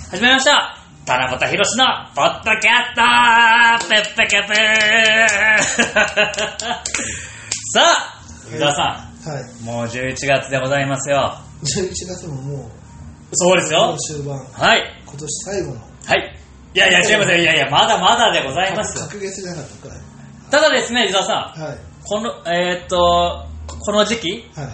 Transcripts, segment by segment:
始まりました。田中ひろしのポッドキャストペッペケペーさあ、伊沢さん、はい、もう11月でございますよ。 11月ももうそうですよ。 終盤。 はい。 今年最後の。 はい。いやいや違いますよ。いやいやまだまだでございます。 隔月じゃなかったかい。 ただですね、伊沢さん。 はい。 このこの時期。 はいはい。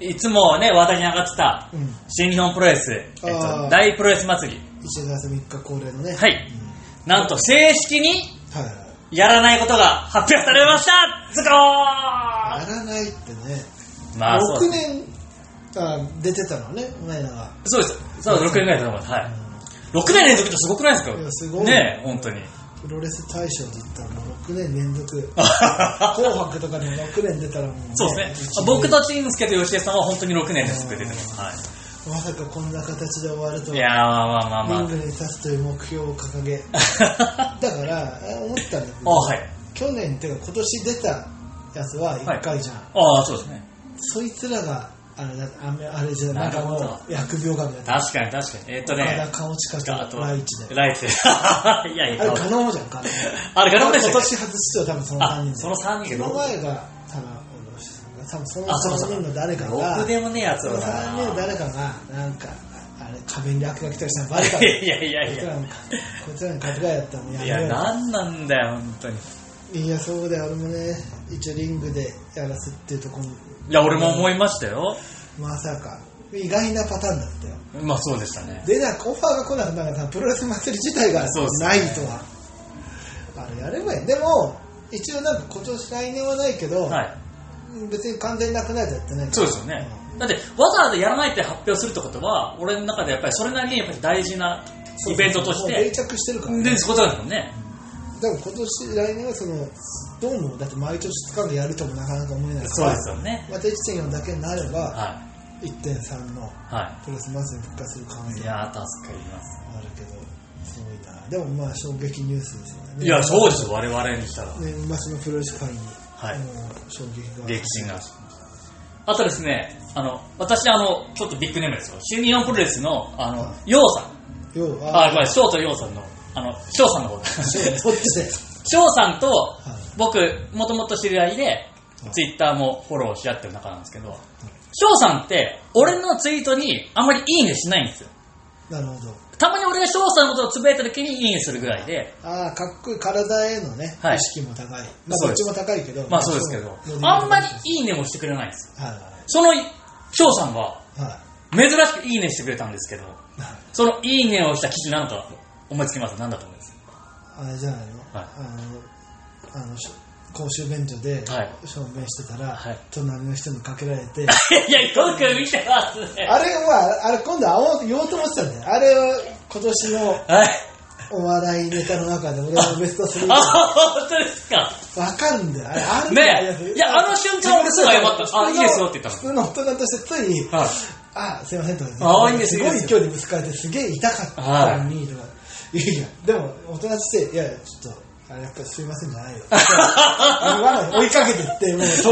いつもね話題に上がってた、新日本プロレス、大プロレス祭り 1月3日恒例のね、 はい、なんと正式にやらないことが発表されました。ズコーやらないってね、 まあ、 6年出てたのね、前のが。 そうです、そう6年ぐらいだと思います。はい、6年連続ってすごくないですか。 いやすごいね、本当にプロレス大賞で言ったらもう6年連続紅白とかでも6年出たらもう、ね、 そうですね。僕と陳介と吉江さんは本当に6年連続出てます。はい、 まさかこんな形で終わるとは。 いやまあリングに立つという目標を掲げだから思ったんだけど、 はい、 去年っていうか今年出たやつは1回じゃん、 はい、そうですね。 そいつらがあれじゃなんかもう疫病神だった。 確かに体顔近くライチでいやあれ可能じゃん。 あれ可能でした。 今年初出場多分その3人で。 その3人その前が多分その3人の誰かが僕でもねやつその3人の誰かがなんかあれ壁に落書きとしたらバレた。 いやこいつらに勝てがやったらもうやめよう。 いやなんなんだよ本当に。 いやそうで、俺もね一応リングでやらすっていうところに。 いや俺も思いましたよ。 まさか意外なパターンだったよ。 まあそうでしたね。 でなんかオファーが来なくなったらプロレス祭り自体がないとは、あれやればいい。でも一応なんか今年来年はないけど、はい、別に完全になくなるとやってないから。 そうですよね、だってわざわざやらないって発表するってことは俺の中でやっぱりそれなりにやっぱり大事なイベントとして定着してるからね。 でそういうことですもんね。 だから今年来年はそのどうもだって毎年掴んでやるともなかなか思えないから。 そうですよね。 また 1.4 だけになれば、 はい、 1.3 のプロレス祭り復活する可能性いや助かりますあるけど、すごいな。でもまあ衝撃ニュースですよね。 いやそうですよ我々にしたら。 年末のプロレス界に、はい、もう衝撃が歴史が。あとですね、私ちょっとビッグネームですよ。新日本プロレスのヨウさん。ごめん翔とヨウさんの翔さんの方です。 そっちで。 翔さんと僕もともと知り合いでツイッターもフォローし合ってる仲なんですけど、翔さんって俺のツイートにあんまりいいねしないんですよ。 なるほど。たまに俺が翔さんのことをつぶやいた時にいいねするぐらいで。 かっこいい体へのね、意識も高い。まあどっちも高いけど。 まあそうですけど、あんまりいいねもしてくれないんですよ。その翔さんが珍しくいいねしてくれたんですけど、そのいいねをした記事なのか思いつきます。何だと思います？ あれじゃないの？公衆便所で証明してたら、隣の人にかけられて。いや、よく見てますね。 あれ今度言おうと思ってたんだよ。あれは今年のお笑いネタの中で俺のベスト3。 本当ですか？ わかるんだよ。あれねえ。いや、瞬間俺すぐ謝った。いいですよって言ったの。 普通の大人としてつい、すいませんとかすごい勢いでぶつかれてすげえ痛かったのにとか。いやでも大人として、いやちょっとやっぱりすいませんじゃないよ。追いかけてってもうすい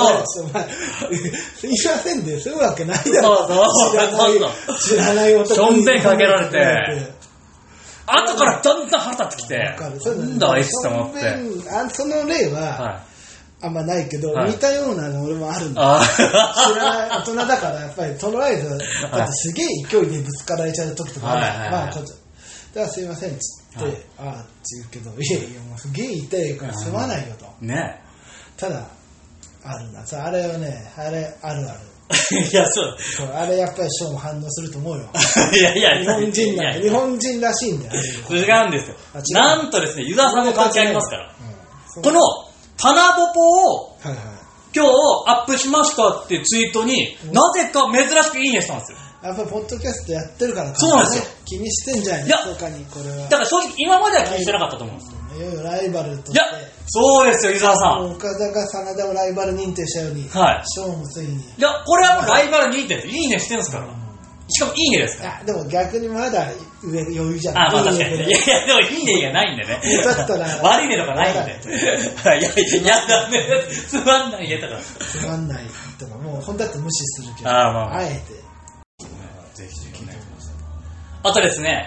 ませんで済むわけないだろ。知らない男にしょんべんかけられて後からだんだん腹立ってきて、なんだあいつと思って。 その例はあんまないけど、似たようなの俺もあるんだ。知らない大人だからやっぱりとりあえずだってすげえ勢いでぶつかられちゃう時とかある。だからすいませんっつって、って言うけど、いやもうすげえ痛いから済まないよと。 ね。 ただあるな。あれはね、あれあるある。 いやそうあれやっぱりショーも反応すると思うよ。 いや日本人らしいんだよ。 違うんですよ。なんとですね、湯沢さんも関係ありますから。このタナボポを今日アップしましたってツイートになぜか珍しくいいねしたんですよ。 やっぱりポッドキャストやってるからか、 そうなんですよ。 気にしてんじゃん。 いや、 他にこれは。 だから正直今までは気にしてなかったと思うんですよ。 いよいよライバルとして。 いや、そうですよ、湯沢さん。 岡田が真田をライバル認定したように、ショーもついに。 いや、これはもうライバル認定です。いいねしてるんですから。しかもいいねですから。 でも逆にまだ上余裕じゃん。 まあ確かに。いや、でもいいねがないんでね。 だったら。 悪いねとかないんで。いや、ダメ。つまんないねとか。 つまんないとか、もう本当だって無視するけど、あえて。 ぜひぜひね。あとですね、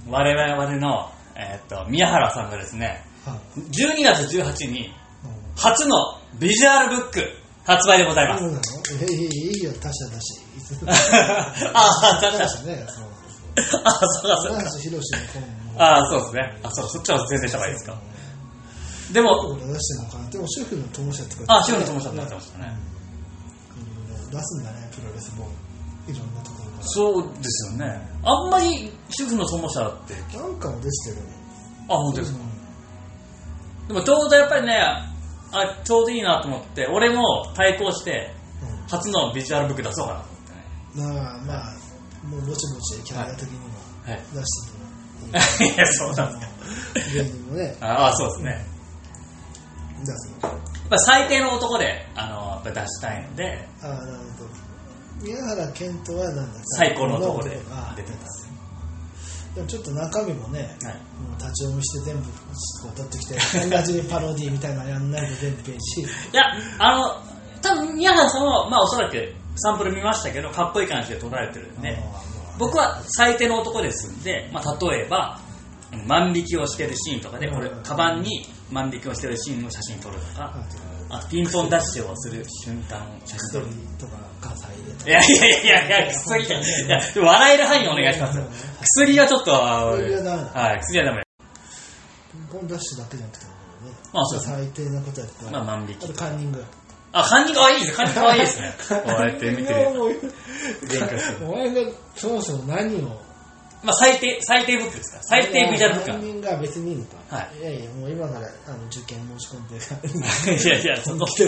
我々の、宮原さんがですね、12月18日に初のビジュアルブック発売でございます。 いいよ、他社だし。 他社ね。そうです。そうですね。そっちは全然した方がいいですか。でも、 出してるのかな。でも、主婦の友社って主婦の友社になってましたね。 出すんだね、プロレスも。いろんなところから。 そうですよね。あんまり主婦の友社って。 なんかも出してるね。 本当ですか。でもちょうどやっぱりね、ちょうどいいなと思って、俺も対抗して、初のビジュアルブック出そうかなと思ってね。 まあ、もうぼちぼちキャラ的にも出していや、そうなんですか。 芸人もね。 そうですね。 出すの。 やっぱ最低の男で、やっぱ出したいので。 なるほど。宮原健人は何だ最高の男で出てます。 でもちょっと中身もね、もう立ち読みして全部取ってきて、同じパロディみたいなのやんないと全ページ。 いや、多分宮原さんは、おそらくサンプル見ましたけど、かっこいい感じで撮られてるんで、僕は最低の男ですんで、例えば、万引きをしてるシーンとかで、俺、カバンに万引きをしてるシーンの写真撮るとか、ピンポンダッシュをする瞬間を写真撮るとか、ガサ入れとか。いや、薬じゃいや、笑える範囲お願いしますよ。薬はちょっと、 薬はダメだ。 はい、薬はダメ。 ピンポンダッシュだけじゃなくてもね、 そうですね。 最低なことやったら、 万引き。 あとカンニング。 カンニングいいです。カンニングかわいいですね。こうやって見てる。 お前がそもそも何を。 最低ブックですか。最低ビジュアルブック。 カンニングは別にいいのか。 はい。 いやいや、もう今から受験申し込んでいや、その盗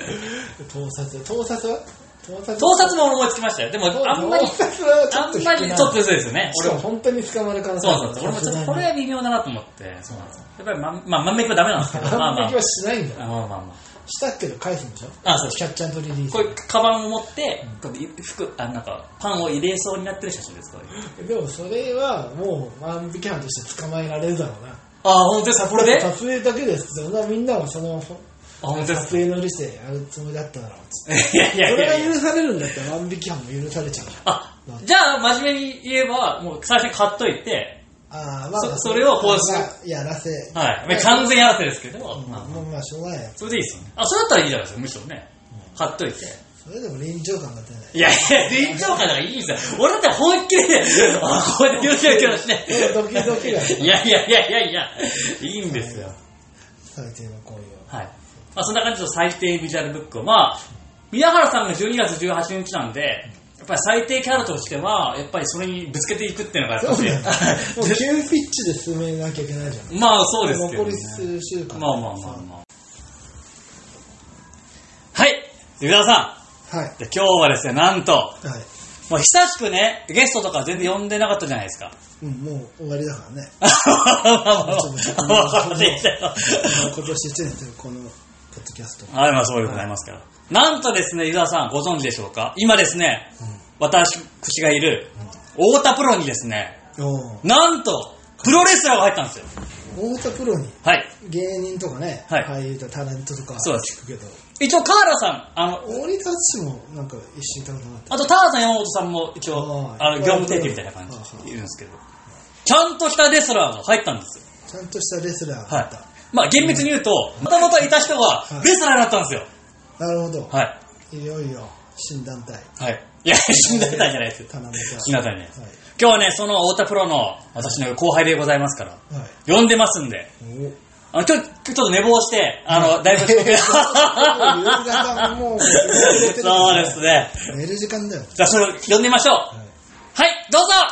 撮も思いつきましたよ。でも、あんまりちょっと嘘ですよね。 俺本当に捕まる可能性そう。俺もちょっとこれは微妙だなと思って。そうなんですよ。やっぱり万引きはダメなんですけど。 万引きはしないんだよ。 まあ。 したけど返すんでしょ。 そうです。 キャッチャーとリリース。 こういうカバンを持って、なんかパンを入れそうになってる写真ですか。 でもそれはもう万引き犯として捕まえられるだろうな。 本当ですか。これで撮影だけです。みんなはその本当です撮影のリスでやるつもりだっただろう。 いや。 それが許されるんだったら万引き犯も許されちゃう。 じゃあ真面目に言えばもう最初に買っといて。それをこうやらせ。 はい。完全やらせですけど。 まあしょうがないやつ。 それでいいですよね。それだったらいいじゃないですか。むしろね。買っといて。 それでも臨場感が出ない。 いや、臨場感がいいんですよ。俺だって本気で、こうやってキョキョして。 ドキドキが。 いや、いいんですよ。 最低の行為を。 はい。そんな感じの最低ビジュアルブックを。宮原さんが12月18日なんで、やっぱり最低キャラとしては、やっぱりそれにぶつけていくっていうのがやっぱり。 もう急ピッチで進めなきゃいけないじゃん。 そうですけど、ね。 残り数週間。 はい。湯沢さん。 はい。 今日はですね、なんと、もう久しくね、ゲストとか全然呼んでなかったじゃないですか。 もう終わりだからね。今年1年というこのポッドキャスト。 そうでございますから。なんとですね、湯沢さんご存知でしょうか。今ですね、私がいる太田プロにですね、なんとプロレスラーが入ったんですよ。 太田プロに。 はい。 芸人とかね、俳優とかタレントとか聞くけど。 一応、カーラさん、 大仁田淳もなんか一緒にいたことなかった。 あと、ターザン山本さんも一応、業務提携みたいな感じでいるんですけど、ちゃんとしたレスラーが入ったんですよ。 ちゃんとしたレスラーが入った。 厳密に言うと、もともといた人がレスラーになったんですよ。 なるほど。 はい。 いよいよ、新団体。 はい。いや、新団体じゃないですよ。新団体ね。今日はね、その太田プロの私の後輩でございますから、呼んでますんで、ちょっと寝坊して、だいぶ遅刻。そうですね。 寝る時間だよ。 じゃあ、それを呼んでみましょう。はい、どうぞ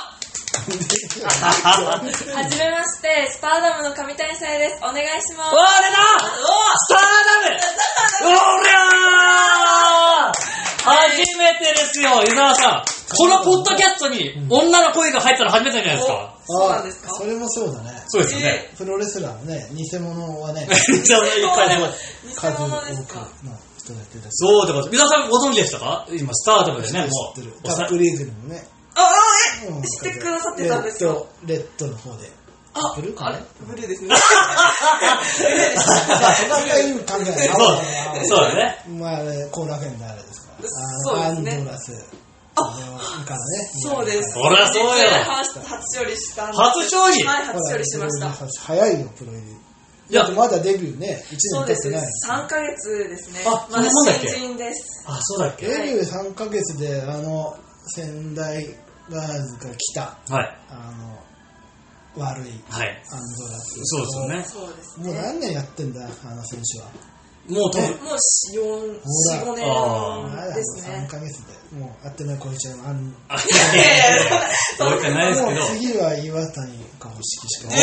はじめまして、スターダムの上谷さやです。お願いします。 出たスターダムおりゃー初めてですよ、湯沢さん。このポッドキャストに女の声が入ったの初めてじゃないですか。 そうなんですか。 それもそうだね。 そうですよね。 プロレスラーのね、偽物はね、 偽物いっぱいね。 数多くの人がやってた。 そうでございます。皆さんご存知でしたか。今、スターダムでね、もう。タップリーグにもね。 知ってくださってたんですか。 レッドの方で。ブルーかね。 ブルーですね。 そんな意味関係ない。 そうだね。 コーラフェンダーですから。 そうですね。 アンドラス。 からね。 そうです。 そりゃそうよ。 初勝利したんです。 初勝利？ はい、初勝利しました。 早いよ、プロ入り。いや、まだデビューね、1年経ってない。 そうです。3ヶ月ですね。 あ、 まだ新人です。 あ、そうだっけ。 デビュー3ヶ月で、仙台ガールズから来た。 はい。 悪い。 はい。 アンドラって。 そうですよね。 そうですね。 もう何年やってんだ、あの選手は。 もう 4、5年ですね。 3ヶ月で。もう、あってないこいちゃう。 そうじゃないですけど。 次は岩谷か星しかない。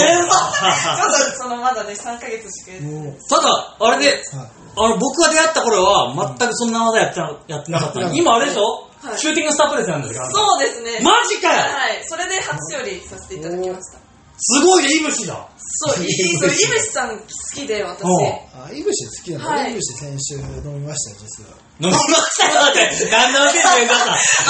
まだね、3ヶ月しかやってない。 ただ、あれで、僕が出会った頃は、全くそんな技やってなかったの。今あれでしょ、シューティングスタープレスなんですか。 そうですね。 マジかよ。 はい。それで初勝利させていただきました。 すごいね、いぶしだ。 そう、いぶしさん好きで、私。 いぶし好きなの。いぶし先週飲みましたよ、実は。 飲みましたよって、何のわけで皆さ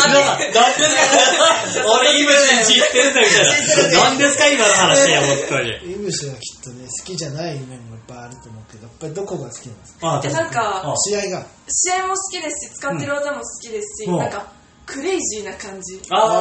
ん。俺、いぶし知ってるんだみたいな。何ですか、今の話や、本当に。 いぶしはきっとね、好きじゃない面もいっぱいあると思うけど、やっぱりどこが好きなんですか。 なんか、 試合も好きですし、使ってる技も好きですし、なんか、クレイジーな感じ。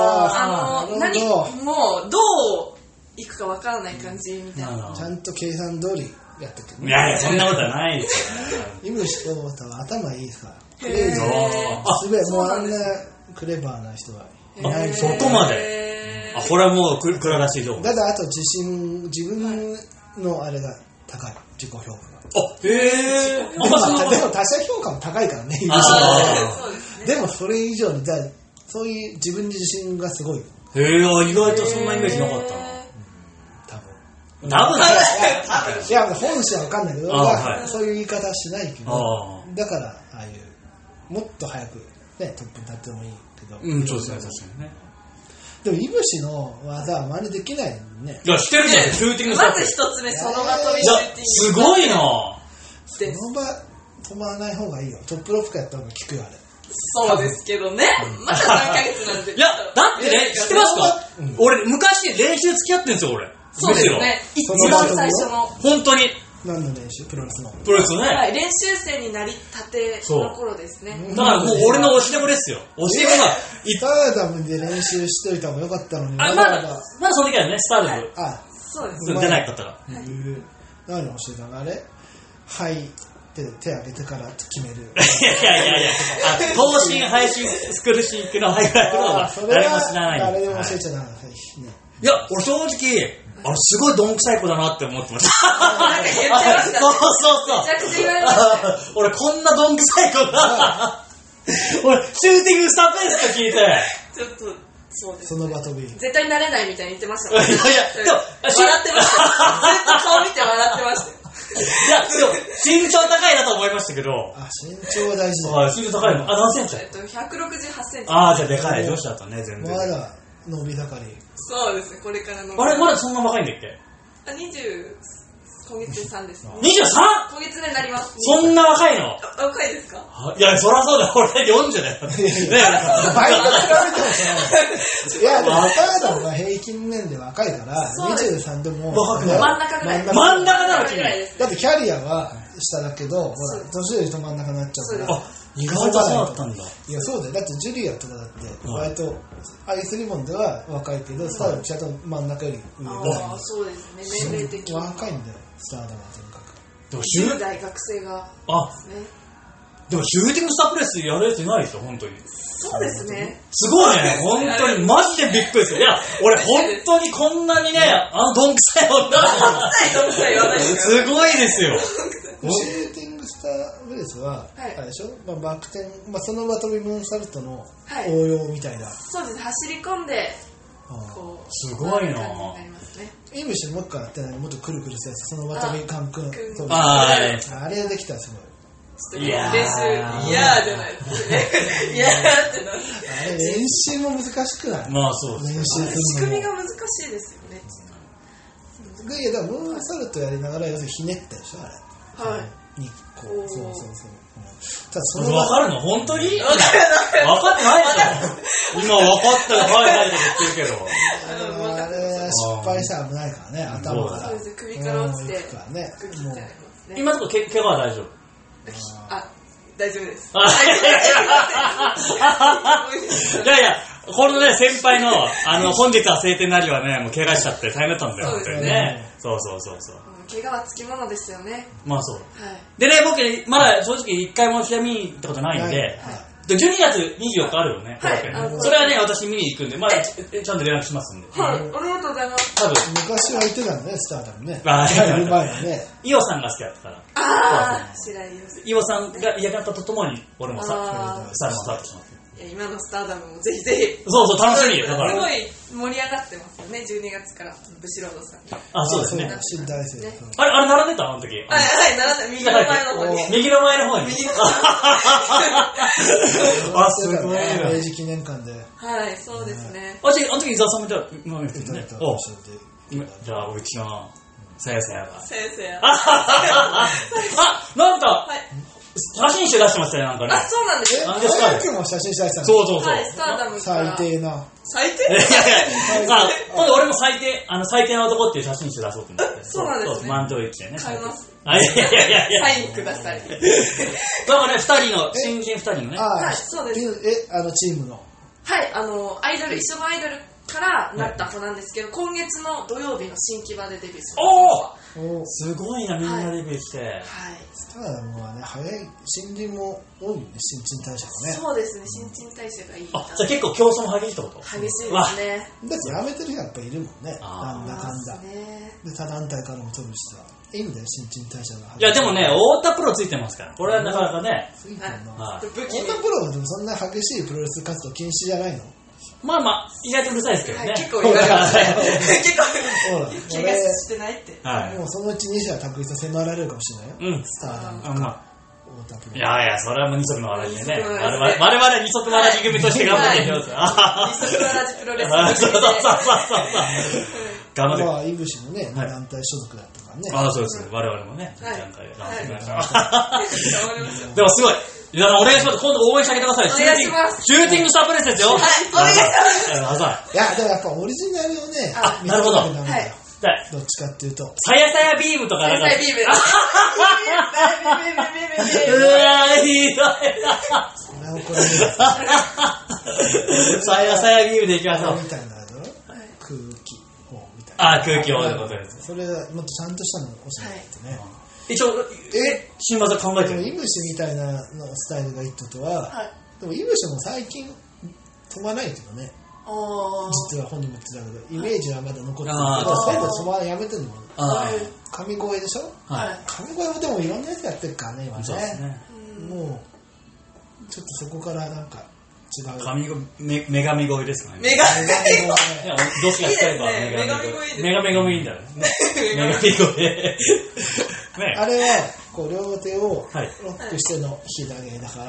もう、どう行くかわからない感じみたいな。 ちゃんと計算通りやってくる。 いやいや、そんなことはないですよ。 イブシと頭いいですから。クレイジー。すべて、もうあんなクレバーな人はいない。 そこまで。これはもうクラらしい情報。 ただ、あと自分のあれが高い。自己評価が。 でも他者評価も高いからね、イブシ。でもそれ以上に、そういう自分に自信がすごい。 意外とそんなイメージなかったな。多分いや、本心は分かんないけど、そういう言い方はしないけど、だから、ああいう、もっと早く、ね、トップに立ってもいいけど。 そうですね、確かにね。 でも、いぶしの技は真似できないね。 いや、してるじゃん、シューティングスタッフ。 まず一つ目、その場飛びシューティング。 すごいな。 その場飛ばない方がいいよ。トップロックやった方が効くよ、あれ。 そうですけどね。まだ3ヶ月なんで。 いや、だってね、知ってますか？俺、昔練習付き合ってんですよ、俺。 そうですね。一番最初の。 本当に。 何の練習？プロレスの。 プロレスのね。 はい、練習生になりたての頃ですね。 だからもう俺の教え子ですよ。教え子が。 スターダムで練習しといた方がよかったのに。 まだその時はね、スターダム。 そうです。 出ないかったら。 何教えたのあれ？はい。手上げてから決める。 いや。頭身、配信、スクールシンクのハイライトは誰も知らない。 誰でも教えちゃダメだね。 いや、俺正直、すごいどんくさい子だなって思ってました。 なんか言ってましたね。 そう。 めちゃくちゃ言われました。 俺こんなどんくさい子だ。俺、シューティングスタープレスと聞いて。 ちょっと、そうです。 その場飛び。 絶対慣れないみたいに言ってましたもん。 いや、でも、 笑ってました。ずっと顔見て笑ってました。 いや、でも、身長高いなと思いましたけど。 身長は大事だ。 身長高いの。何センチ ？168センチ。 じゃあでかい。女子だったね、全然。 まだ伸び盛り。 そうですね、これから伸び。 あれ、まだそんな若いんだっけ今月で3ですね。 23？ 今月でなります。 そんな若いの？ 若いですか？ いや、そりゃそうだよ。俺40だよ。 いや、でもスターダムは平均年で若いから、23でも真ん中ぐらい。 真ん中なの君。 だってキャリアは下だけど、ほら、年寄りと真ん中になっちゃうから。 意外とそうだったんだ。 いや、そうだよ。だってジュリアとかだって、割とアイスリボンでは若いけど、スターダムちゃんと真ん中より上ぐらい。 そうですね、年齢的に。 若いんだよ、スターダムはとにかく。 でも10代学生が。 でもシューティングスタープレスやるやついないでしょ、本当に。 そうですね。 すごいね、本当に、マジでびっくりする。いや、俺本当にこんなにね、どんくさい女どんくさい言わないですよ。すごいですよ。 シューティングスタープレスは、あれでしょ、バク転、その場飛びモンサルトの応用みたいな。 そうです、走り込んで、こう。 すごいなぁ。 いい虫もう一回やってない、もっとくるくるしたやつ、その場飛びカンクン。 あれができたらすごい。 練習、嫌じゃないですね。嫌ってなって。 あれ練習も難しくない？ まあそうです。 練習するの仕組みが難しいですよね。 いや、だからムーンサルトやりながら要するにひねったでしょ、あれ。 はい。 そう。 ただそれ分かるの？本当に？分かってないでしょ。今分かったよ、はいって言ってるけど。 あれ失敗したら危ないからね、頭から。 そうです、首から落ちて。 ね。 今のところ怪我は大丈夫？ 大丈夫です。 いやいや、このね、先輩の、本日は晴天なりはね、もう怪我しちゃって大変だったんだよ、 そうです本当にね。そう。 怪我はつきものですよね。 まあそう。 はい。 でね、僕、まだ正直一回も試合見に行ったことないんで、12月24日あるよね。 はい。 それはね、私見に行くんで、まだちゃんと連絡しますんで。 はい。ありがとうございます。 多分。 昔は行ってたんだね、スターダムね。 やる前はね。 イオさんが好きだったから。 白井イオさんが嫌がったとともに、俺もさ、スターダムをスタートします。 今のスターダムもぜひぜひ。 そう、楽しみよ。だから。 すごい盛り上がってますよね、12月から、ブシロードさん。 あ、そうですね。 新大生。 あれ並んでたあの時。 はい、並んで、右の前の方に。 右の前の方に。あ、すごい。 明治記念館で。 はい、そうですね。 あの時伊沢さんもいたね。おじゃあ、うちの、さやさやが。 さやさや。 あ、なんか、写真集出してましたよ、なんかね。 あ、そうなんですよ。 何ですかも写真集出したの。 そう。 はい、スターダム最低な。 最低？ いや、今度俺も最低な男っていう写真集出そうと思って。 そうなんですね。 マントウィッチでね。 買います。 いや。 サインください。 だからね、新人2人のね。 はい、そうです。 チームの。 はい、一緒のアイドルからなった子なんですけど、今月の土曜日の新木場でデビューする。 すごいな、みんなデビューして。はい。 スターダムはね、早い、新人も多いね、新陳代謝がね。 そうですね、新陳代謝がいい。 じゃあ結構競争も激しいってこと？ 激しいですね。 だってやめてる人やっぱいるもんね、なんだかんだ。で、他団体からも飛ぶしさ、いいんだよ、新陳代謝が。 いや、でもね、太田プロついてますから、これはなかなかね。 ついてるな。太田プロはでもそんな激しいプロレス活動禁止じゃないの？ まあ、意外とうるさいですけどね。 結構言われますね。結構、怪我してないって。 もうそのうち西田拓一と迫られるかもしれないよ。スターダムとか。 いや、それはもう二足のわらじでね。我々二足のわらじ組として頑張っていきます。 二足のわらじプロレス。 そう。頑張って。 まあ、いぶしもね、団体所属だったからね。そうです。我々もね、団体で頑張っていきました。でもすごい。お願いします。今度応援してあげてください。 お願いします。 シューティングスタープレスですよ。 はい、お願いします。 いや、でもやっぱオリジナルをね、 なるほど。 どっちかっていうと。 さやさやビームとかなんか。 さやさやビーム。 うわー、ひどいな。 それは怒られる。 さやさやビームでいきましょう。 みたいなの空気砲みたいな。 空気砲でございます。 それはもっとちゃんとしたのを教えてね。 一応、新技考えてる。 イブシみたいなのスタイルがいいってことは、でもイブシも最近飛ばないけどね。実は本人も言ってたけど、イメージはまだ残ってるけど、最後飛ばやめてるのも神声でしょ。神声もでもいろんなやつやってるからね、今ね。もう、ちょっとそこからなんか違う。 女神声ですかね。 女神声。 どうしか使えば女神声。女神声いいんだよね。女神声。 あれはこう両手をロックしての引き上げだから、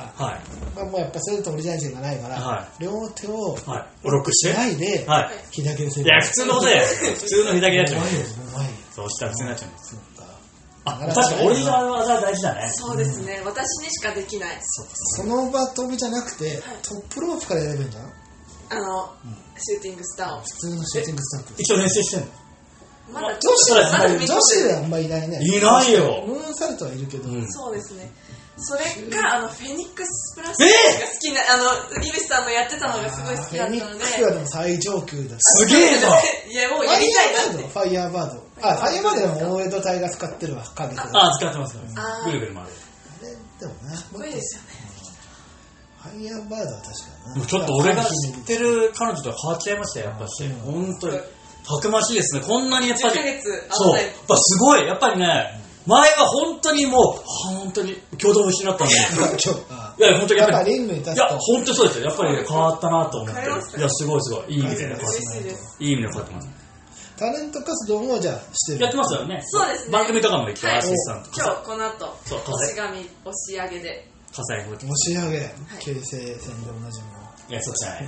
もうやっぱそれとオリジナリティがないから、両手をロックしてないで引き上げする。 いや、普通のことだよ。普通の引き上げになっちゃう。そうしたら普通になっちゃうんです。確かにオリジナル技大事だね。 そうですね、私にしかできない。 その場飛びじゃなくて、トップロープからやればいいんじゃん。 シューティングスターを。 普通のシューティングスター。 一応練習してんの？ まだ女子ではあんまりいないね。 いないよ。 ムーンサルトはいるけど。 そうですね。それか、フェニックスプラスが好きな、イブシさんのやってたのがすごい好きだったので。フェニックスはでも最上級だ。 すげえぞ。 いや、もうやりたいなって。 ファイヤーバード。ファイヤーバードでも大江戸隊が使ってるわ、影とか。 使ってますから。ぐるぐる回る。 あれ、でもね。 すごいですよね。 ファイヤーバードは確かにな。 ちょっと俺が知ってる彼女とは変わっちゃいましたよ、やっぱし。本当に。たくましいですね。こんなにやっぱり。 10ヶ月。 そう。すごい。やっぱりね、前は本当にもう、本当に共同失ったんで。いや、本当にやっぱり。いや、本当にそうですよ。やっぱり変わったなと思って。いや、すごいすごい。いい意味で変わってます。いい意味で変わってます。 タレント活動もじゃあしてる。 やってますよね。 そうですね。 番組とかも行って、アーティストさんとか。 今日この後、押し紙、押し上げで。 火災法押し上げ、京成線でおなじみの。 いや、そうじゃない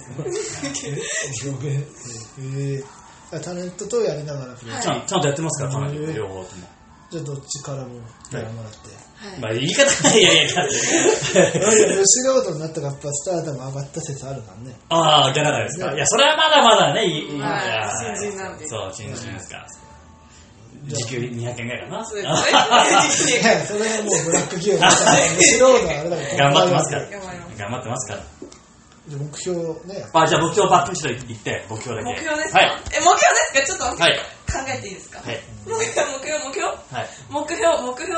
ですね。 タレントとやりながらちゃんとやってますから、彼女両方とも。 じゃあどっちからもやらもらって。 まあ言い方ないやいや。 素人になったらやっぱスターダム上がった説あるからね。 ああ、ギャラがですか。いや、それはまだまだね。 新人なんで。 そう、新人ですから。 時給200円ぐらいかな。 そうですね。 それはもうブラック企業だから、素人はあれだけど。 頑張ってますから。頑張ってますから。 目標ね。 じゃあ目標バックにしといて、目標だけ。 目標ですか？はい。目標ですか？ちょっと待って。考えていいですか？はい。目標はい。目標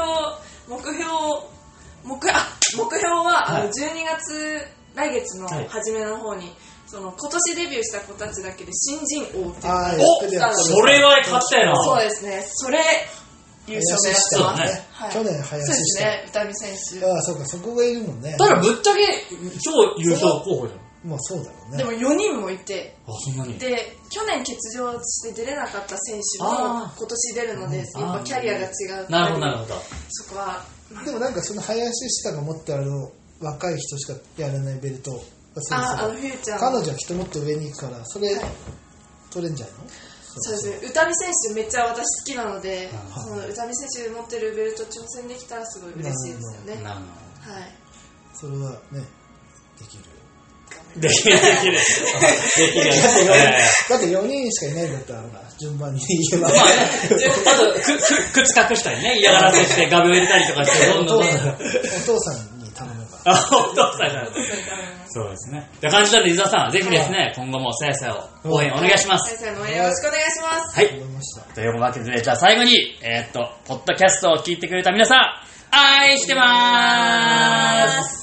は、12月、来月の初めの方に、今年デビューした子たちだけで新人王っていうのがそれは勝ったよな。 そうですね。それ、優勝目指してます。 去年林下。そうですね、宇多美選手。 そうか、そこがいるもんね。 ただぶっちゃけ、超優勝候補じゃん。 まあそうだろうね。 でも4人もいて、 そんなに。 で、去年欠場して出れなかった選手も今年出るので、やっぱキャリアが違う。 なるほど、なるほど。 そこは。 でもなんかその林下が持って若い人しかやらないベルト。 フューチャー。 彼女はきっともっと上に行くから、それ、取れんじゃないの？ そうですね。宇多美選手めっちゃ私好きなので、その宇多美選手持ってるベルト挑戦できたらすごい嬉しいですよね。 なるほど。はい。 それはね、できる。 できる。 だって4人しかいないんだったら、順番に言えば。 まあね、あと、靴隠したりね、嫌がらせして画鋲入れたりとかして、どんどん。お父さんに頼めば。 お父さんに。そうですね。って感じなので、伊沢さん、ぜひですね、今後もさやさやを応援お願いします。 さやさやの応援よろしくお願いします。 はい。というわけで、じゃあ最後に、ポッドキャストを聞いてくれた皆さん、愛してまーす。